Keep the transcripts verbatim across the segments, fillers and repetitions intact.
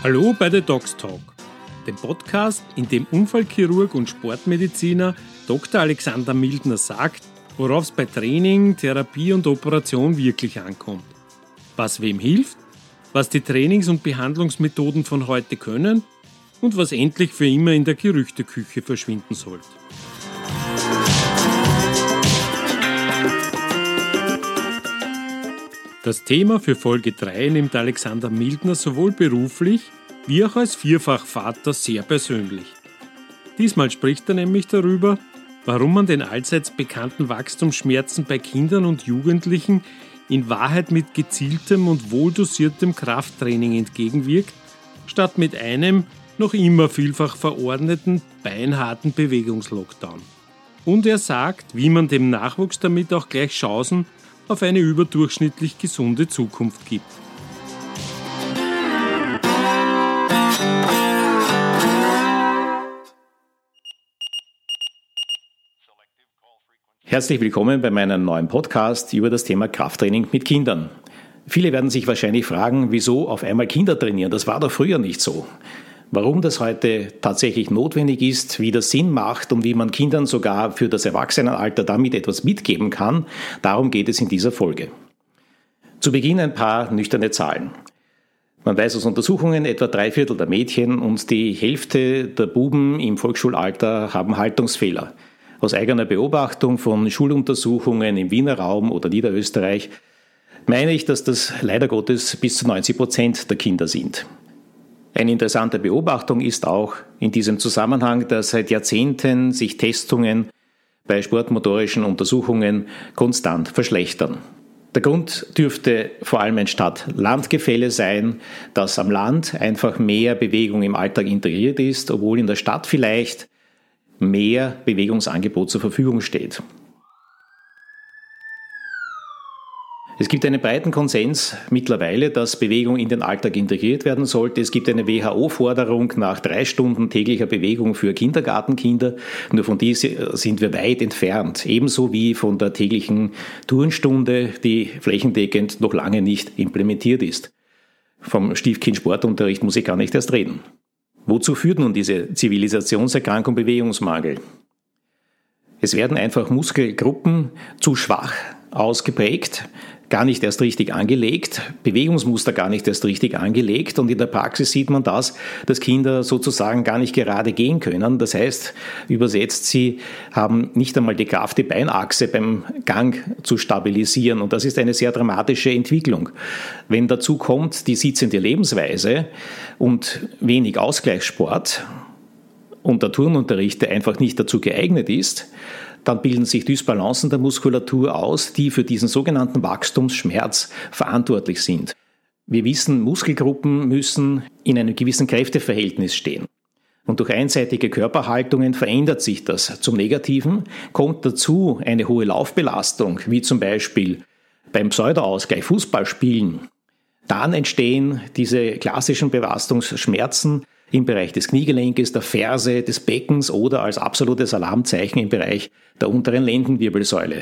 Hallo bei The Docs Talk, dem Podcast, in dem Unfallchirurg und Sportmediziner Doktor Alexander Mildner sagt, worauf es bei Training, Therapie und Operation wirklich ankommt. Was wem hilft, was die Trainings- und Behandlungsmethoden von heute können und was endlich für immer in der Gerüchteküche verschwinden sollte. Das Thema für Folge drei nimmt Alexander Mildner sowohl beruflich wie auch als Vierfachvater sehr persönlich. Diesmal spricht er nämlich darüber, warum man den allseits bekannten Wachstumsschmerzen bei Kindern und Jugendlichen in Wahrheit mit gezieltem und wohldosiertem Krafttraining entgegenwirkt, statt mit einem noch immer vielfach verordneten, beinharten Bewegungslockdown. Und er sagt, wie man dem Nachwuchs damit auch gleich Chancen auf eine überdurchschnittlich gesunde Zukunft gibt. Herzlich willkommen bei meinem neuen Podcast über das Thema Krafttraining mit Kindern. Viele werden sich wahrscheinlich fragen, wieso auf einmal Kinder trainieren? Das war doch früher nicht so. Warum das heute tatsächlich notwendig ist, wie das Sinn macht und wie man Kindern sogar für das Erwachsenenalter damit etwas mitgeben kann, darum geht es in dieser Folge. Zu Beginn ein paar nüchterne Zahlen. Man weiß aus Untersuchungen, etwa drei Viertel der Mädchen und die Hälfte der Buben im Volksschulalter haben Haltungsfehler. Aus eigener Beobachtung von Schuluntersuchungen im Wiener Raum oder Niederösterreich meine ich, dass das leider Gottes bis zu neunzig Prozent der Kinder sind. Eine interessante Beobachtung ist auch in diesem Zusammenhang, dass seit Jahrzehnten sich Testungen bei sportmotorischen Untersuchungen konstant verschlechtern. Der Grund dürfte vor allem ein Stadt-Land-Gefälle sein, dass am Land einfach mehr Bewegung im Alltag integriert ist, obwohl in der Stadt vielleicht mehr Bewegungsangebot zur Verfügung steht. Es gibt einen breiten Konsens mittlerweile, dass Bewegung in den Alltag integriert werden sollte. Es gibt eine W H O-Forderung nach drei Stunden täglicher Bewegung für Kindergartenkinder. Nur von dieser sind wir weit entfernt. Ebenso wie von der täglichen Turnstunde, die flächendeckend noch lange nicht implementiert ist. Vom Stiefkind-Sportunterricht muss ich gar nicht erst reden. Wozu führt nun diese Zivilisationserkrankung Bewegungsmangel? Es werden einfach Muskelgruppen zu schwach ausgeprägt, gar nicht erst richtig angelegt, Bewegungsmuster gar nicht erst richtig angelegt und in der Praxis sieht man das, dass Kinder sozusagen gar nicht gerade gehen können. Das heißt, übersetzt, sie haben nicht einmal die Kraft, die Beinachse beim Gang zu stabilisieren und das ist eine sehr dramatische Entwicklung. Wenn dazu kommt die sitzende Lebensweise und wenig Ausgleichssport und der Turnunterricht, der einfach nicht dazu geeignet ist, dann bilden sich Dysbalancen der Muskulatur aus, die für diesen sogenannten Wachstumsschmerz verantwortlich sind. Wir wissen, Muskelgruppen müssen in einem gewissen Kräfteverhältnis stehen. Und durch einseitige Körperhaltungen verändert sich das zum Negativen, kommt dazu eine hohe Laufbelastung, wie zum Beispiel beim Pseudoausgleich Fußballspielen. Dann entstehen diese klassischen Belastungsschmerzen im Bereich des Kniegelenkes, der Ferse, des Beckens oder als absolutes Alarmzeichen im Bereich der unteren Lendenwirbelsäule.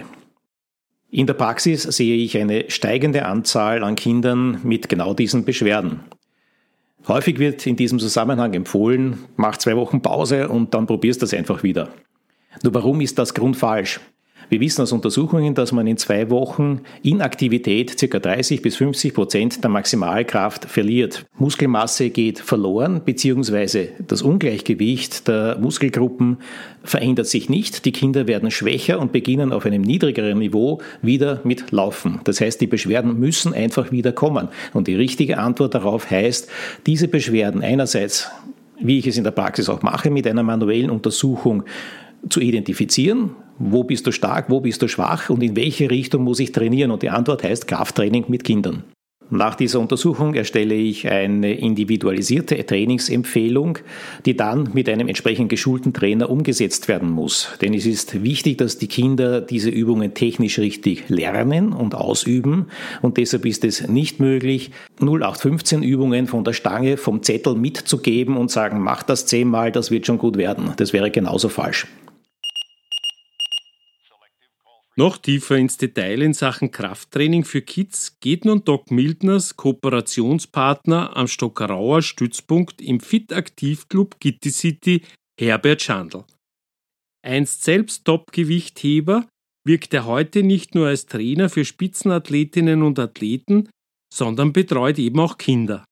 In der Praxis sehe ich eine steigende Anzahl an Kindern mit genau diesen Beschwerden. Häufig wird in diesem Zusammenhang empfohlen, mach zwei Wochen Pause und dann probierst du das einfach wieder. Nur warum ist das grundfalsch? Wir wissen aus Untersuchungen, dass man in zwei Wochen Inaktivität ca. dreißig bis fünfzig Prozent der Maximalkraft verliert. Muskelmasse geht verloren, beziehungsweise das Ungleichgewicht der Muskelgruppen verändert sich nicht. Die Kinder werden schwächer und beginnen auf einem niedrigeren Niveau wieder mit Laufen. Das heißt, die Beschwerden müssen einfach wieder kommen. Und die richtige Antwort darauf heißt, diese Beschwerden einerseits, wie ich es in der Praxis auch mache, mit einer manuellen Untersuchung zu identifizieren. Wo bist du stark, wo bist du schwach und in welche Richtung muss ich trainieren? Und die Antwort heißt Krafttraining mit Kindern. Nach dieser Untersuchung erstelle ich eine individualisierte Trainingsempfehlung, die dann mit einem entsprechend geschulten Trainer umgesetzt werden muss. Denn es ist wichtig, dass die Kinder diese Übungen technisch richtig lernen und ausüben. Und deshalb ist es nicht möglich, null acht fünfzehn Übungen von der Stange, vom Zettel mitzugeben und sagen, mach das zehnmal, das wird schon gut werden. Das wäre genauso falsch. Noch tiefer ins Detail in Sachen Krafttraining für Kids geht nun Doc Mildners Kooperationspartner am Stockerauer Stützpunkt im Fit-Aktiv-Club Gitti City, Herbert Schandl. Einst selbst Top-Gewichtheber, wirkt er heute nicht nur als Trainer für Spitzenathletinnen und Athleten, sondern betreut eben auch Kinder.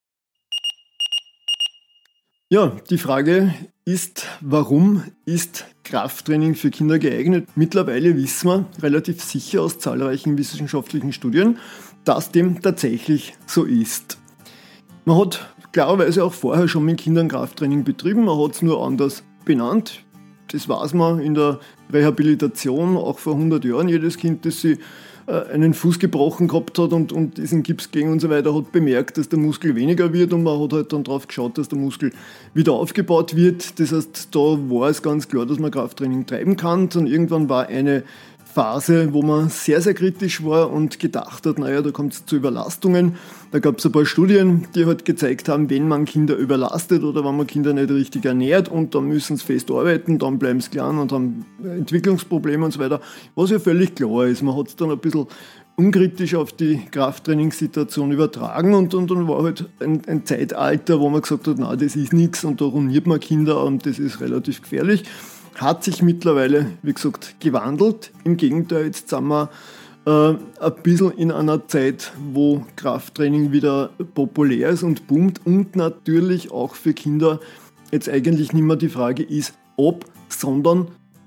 Ja, die Frage ist, warum ist Krafttraining für Kinder geeignet? Mittlerweile wissen wir relativ sicher aus zahlreichen wissenschaftlichen Studien, dass dem tatsächlich so ist. Man hat klarerweise auch vorher schon mit Kindern Krafttraining betrieben, man hat es nur anders benannt. Das weiß man in der Rehabilitation, auch vor hundert Jahren. Jedes Kind, das sich äh, einen Fuß gebrochen gehabt hat und, und diesen Gips gegen und so weiter, hat bemerkt, dass der Muskel weniger wird und man hat halt dann drauf geschaut, dass der Muskel wieder aufgebaut wird. Das heißt, da war es ganz klar, dass man Krafttraining treiben kann. Und irgendwann war eine Phase, wo man sehr, sehr kritisch war und gedacht hat, naja, da kommt es zu Überlastungen. Da gab es ein paar Studien, die halt gezeigt haben, wenn man Kinder überlastet oder wenn man Kinder nicht richtig ernährt und dann müssen sie fest arbeiten, dann bleiben sie klein und haben Entwicklungsprobleme und so weiter. Was ja völlig klar ist. Man hat es dann ein bisschen unkritisch auf die Krafttrainingssituation übertragen und, und dann war halt ein, ein Zeitalter, wo man gesagt hat, na, das ist nichts und da ruiniert man Kinder und das ist relativ gefährlich. Hat sich mittlerweile, wie gesagt, gewandelt. Im Gegenteil, jetzt sind wir äh, ein bisschen in einer Zeit, wo Krafttraining wieder populär ist und boomt und natürlich auch für Kinder jetzt eigentlich nicht mehr die Frage ist, ob, sondern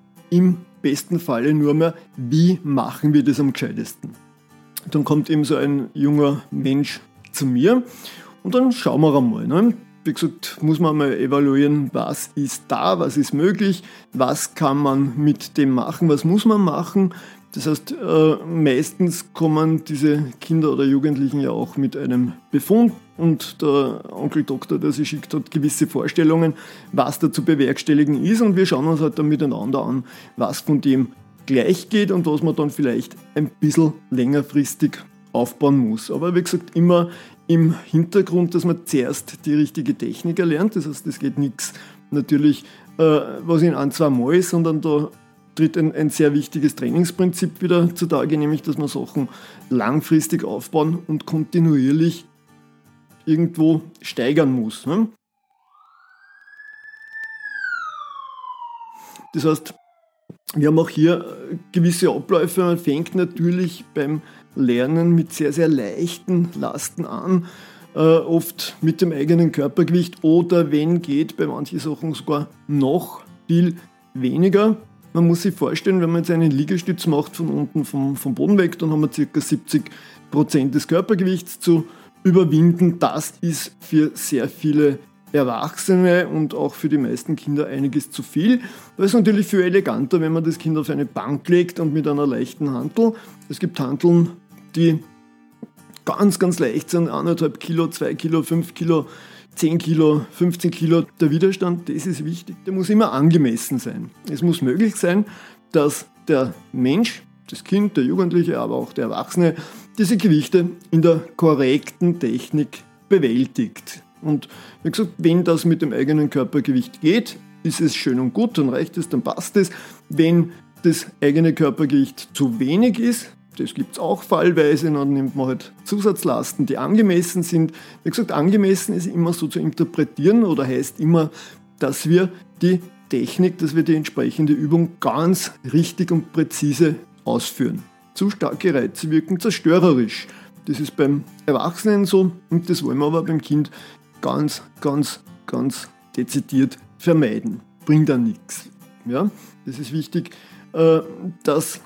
im besten Falle nur mehr, wie machen wir das am gescheitesten. Dann kommt eben so ein junger Mensch zu mir und dann schauen wir einmal, ne? Wie gesagt, muss man mal evaluieren, was ist da, was ist möglich, was kann man mit dem machen, was muss man machen. Das heißt, äh, meistens kommen diese Kinder oder Jugendlichen ja auch mit einem Befund und der Onkel Doktor, der sie schickt, hat gewisse Vorstellungen, was da zu bewerkstelligen ist und wir schauen uns halt dann miteinander an, was von dem gleich geht und was man dann vielleicht ein bisschen längerfristig aufbauen muss. Aber wie gesagt, immer im Hintergrund, dass man zuerst die richtige Technik erlernt. Das heißt, es geht nichts natürlich, äh, was in ein, zwei Mal ist, sondern da tritt ein, ein sehr wichtiges Trainingsprinzip wieder zutage, nämlich, dass man Sachen langfristig aufbauen und kontinuierlich irgendwo steigern muss. Ne? Das heißt, wir haben auch hier gewisse Abläufe. Man fängt natürlich beim Lernen mit sehr, sehr leichten Lasten an, äh, oft mit dem eigenen Körpergewicht oder wenn geht, bei manchen Sachen sogar noch viel weniger. Man muss sich vorstellen, wenn man jetzt einen Liegestütz macht von unten vom, vom Boden weg, dann haben wir ca. siebzig Prozent des Körpergewichts zu überwinden. Das ist für sehr viele Erwachsene und auch für die meisten Kinder einiges zu viel. Das ist natürlich viel eleganter, wenn man das Kind auf eine Bank legt und mit einer leichten Hantel. Es gibt Hanteln, die ganz, ganz leicht sind, eineinhalb Kilo, zwei Kilo, fünf Kilo, zehn Kilo, fünfzehn Kilo. Der Widerstand, das ist wichtig, der muss immer angemessen sein. Es muss möglich sein, dass der Mensch, das Kind, der Jugendliche, aber auch der Erwachsene, diese Gewichte in der korrekten Technik bewältigt. Und wie gesagt, wenn das mit dem eigenen Körpergewicht geht, ist es schön und gut, dann reicht es, dann passt es. Wenn das eigene Körpergewicht zu wenig ist, das gibt es auch fallweise, dann nimmt man halt Zusatzlasten, die angemessen sind. Wie gesagt, angemessen ist immer so zu interpretieren oder heißt immer, dass wir die Technik, dass wir die entsprechende Übung ganz richtig und präzise ausführen. Zu starke Reize wirken zerstörerisch. Das ist beim Erwachsenen so und das wollen wir aber beim Kind ganz, ganz, ganz dezidiert vermeiden. Bringt dann nichts. Ja? Das ist wichtig, äh, das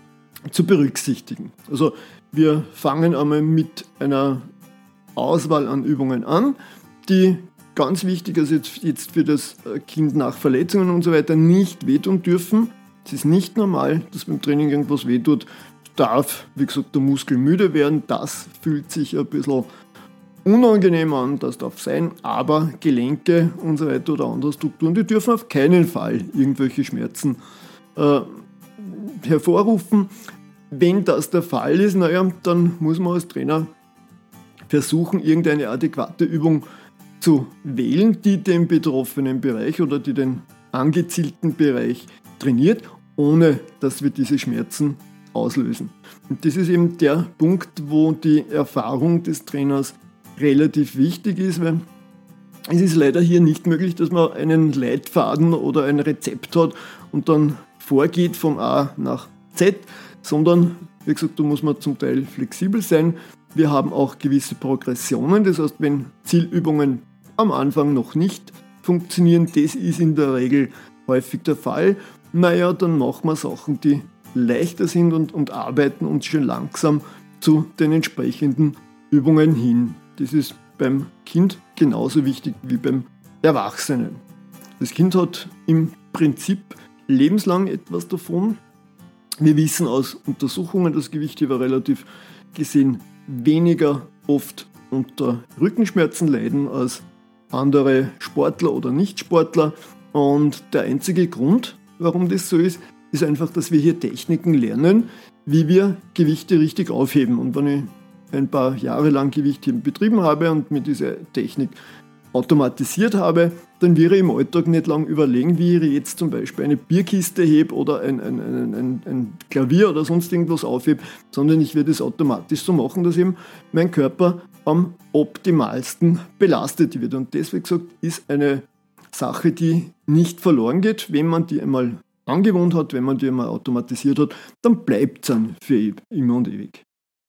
zu berücksichtigen. Also wir fangen einmal mit einer Auswahl an Übungen an, die ganz wichtig ist jetzt, jetzt für das Kind nach Verletzungen und so weiter nicht wehtun dürfen. Es ist nicht normal, dass beim Training irgendwas wehtut. Darf, wie gesagt, der Muskel müde werden. Das fühlt sich ein bisschen unangenehm an, das darf sein, aber Gelenke und so weiter oder andere Strukturen, die dürfen auf keinen Fall irgendwelche Schmerzen äh, hervorrufen. Wenn das der Fall ist, naja, dann muss man als Trainer versuchen, irgendeine adäquate Übung zu wählen, die den betroffenen Bereich oder die den angezielten Bereich trainiert, ohne dass wir diese Schmerzen auslösen. Und das ist eben der Punkt, wo die Erfahrung des Trainers relativ wichtig ist, weil es ist leider hier nicht möglich, dass man einen Leitfaden oder ein Rezept hat und dann vorgeht vom A nach Z, sondern, wie gesagt, da muss man zum Teil flexibel sein. Wir haben auch gewisse Progressionen, das heißt, wenn Zielübungen am Anfang noch nicht funktionieren, das ist in der Regel häufig der Fall, naja, dann machen wir Sachen, die leichter sind und, und arbeiten uns schon langsam zu den entsprechenden Übungen hin. Das ist beim Kind genauso wichtig wie beim Erwachsenen. Das Kind hat im Prinzip lebenslang etwas davon. Wir wissen aus Untersuchungen, dass Gewichtheber relativ gesehen weniger oft unter Rückenschmerzen leiden als andere Sportler oder Nichtsportler. Und der einzige Grund, warum das so ist, ist einfach, dass wir hier Techniken lernen, wie wir Gewichte richtig aufheben. Und wenn ich ein paar Jahre lang Gewichtheben betrieben habe und mir diese Technik automatisiert habe, dann wäre ich im Alltag nicht lang überlegen, wie ich jetzt zum Beispiel eine Bierkiste hebe oder ein, ein, ein, ein, ein Klavier oder sonst irgendwas aufhebe, sondern ich werde es automatisch so machen, dass eben mein Körper am optimalsten belastet wird. Und das, wie gesagt, ist eine Sache, die nicht verloren geht. Wenn man die einmal angewohnt hat, wenn man die einmal automatisiert hat, dann bleibt es dann für immer und ewig.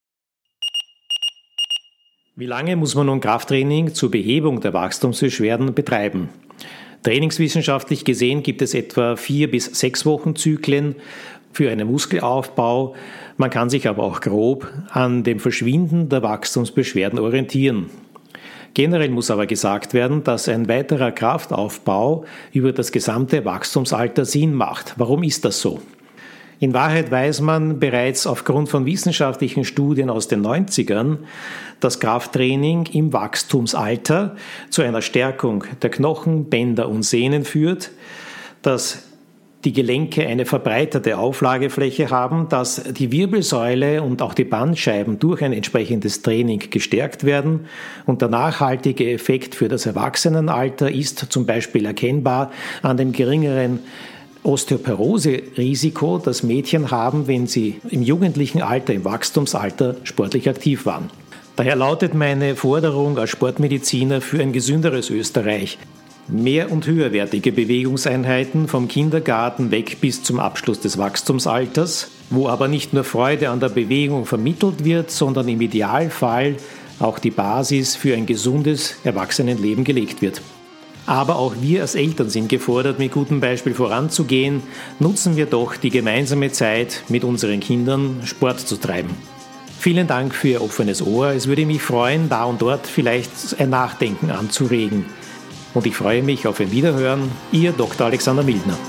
Wie lange muss man nun Krafttraining zur Behebung der Wachstumsbeschwerden betreiben? Trainingswissenschaftlich gesehen gibt es etwa vier bis sechs Wochen Zyklen für einen Muskelaufbau. Man kann sich aber auch grob an dem Verschwinden der Wachstumsbeschwerden orientieren. Generell muss aber gesagt werden, dass ein weiterer Kraftaufbau über das gesamte Wachstumsalter Sinn macht. Warum ist das so? In Wahrheit weiß man bereits aufgrund von wissenschaftlichen Studien aus den neunzigern, dass Krafttraining im Wachstumsalter zu einer Stärkung der Knochen, Bänder und Sehnen führt, dass die Gelenke eine verbreiterte Auflagefläche haben, dass die Wirbelsäule und auch die Bandscheiben durch ein entsprechendes Training gestärkt werden und der nachhaltige Effekt für das Erwachsenenalter ist zum Beispiel erkennbar an dem geringeren Osteoporose-Risiko, das Mädchen haben, wenn sie im jugendlichen Alter, im Wachstumsalter sportlich aktiv waren. Daher lautet meine Forderung als Sportmediziner für ein gesünderes Österreich: mehr und höherwertige Bewegungseinheiten vom Kindergarten weg bis zum Abschluss des Wachstumsalters, wo aber nicht nur Freude an der Bewegung vermittelt wird, sondern im Idealfall auch die Basis für ein gesundes Erwachsenenleben gelegt wird. Aber auch wir als Eltern sind gefordert, mit gutem Beispiel voranzugehen. Nutzen wir doch die gemeinsame Zeit mit unseren Kindern, Sport zu treiben. Vielen Dank für Ihr offenes Ohr. Es würde mich freuen, da und dort vielleicht ein Nachdenken anzuregen. Und ich freue mich auf ein Wiederhören. Ihr Doktor Alexander Mildner.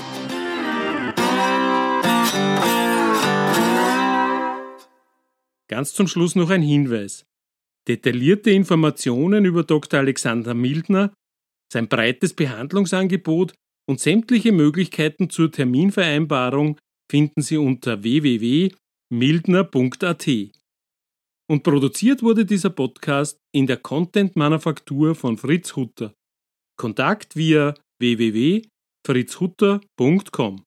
Ganz zum Schluss noch ein Hinweis. Detaillierte Informationen über Doktor Alexander Mildner, sein breites Behandlungsangebot und sämtliche Möglichkeiten zur Terminvereinbarung finden Sie unter w w w punkt mildner punkt a t. Und produziert wurde dieser Podcast in der Content-Manufaktur von Fritz Hutter. Kontakt via w w w punkt fritz hutter punkt com.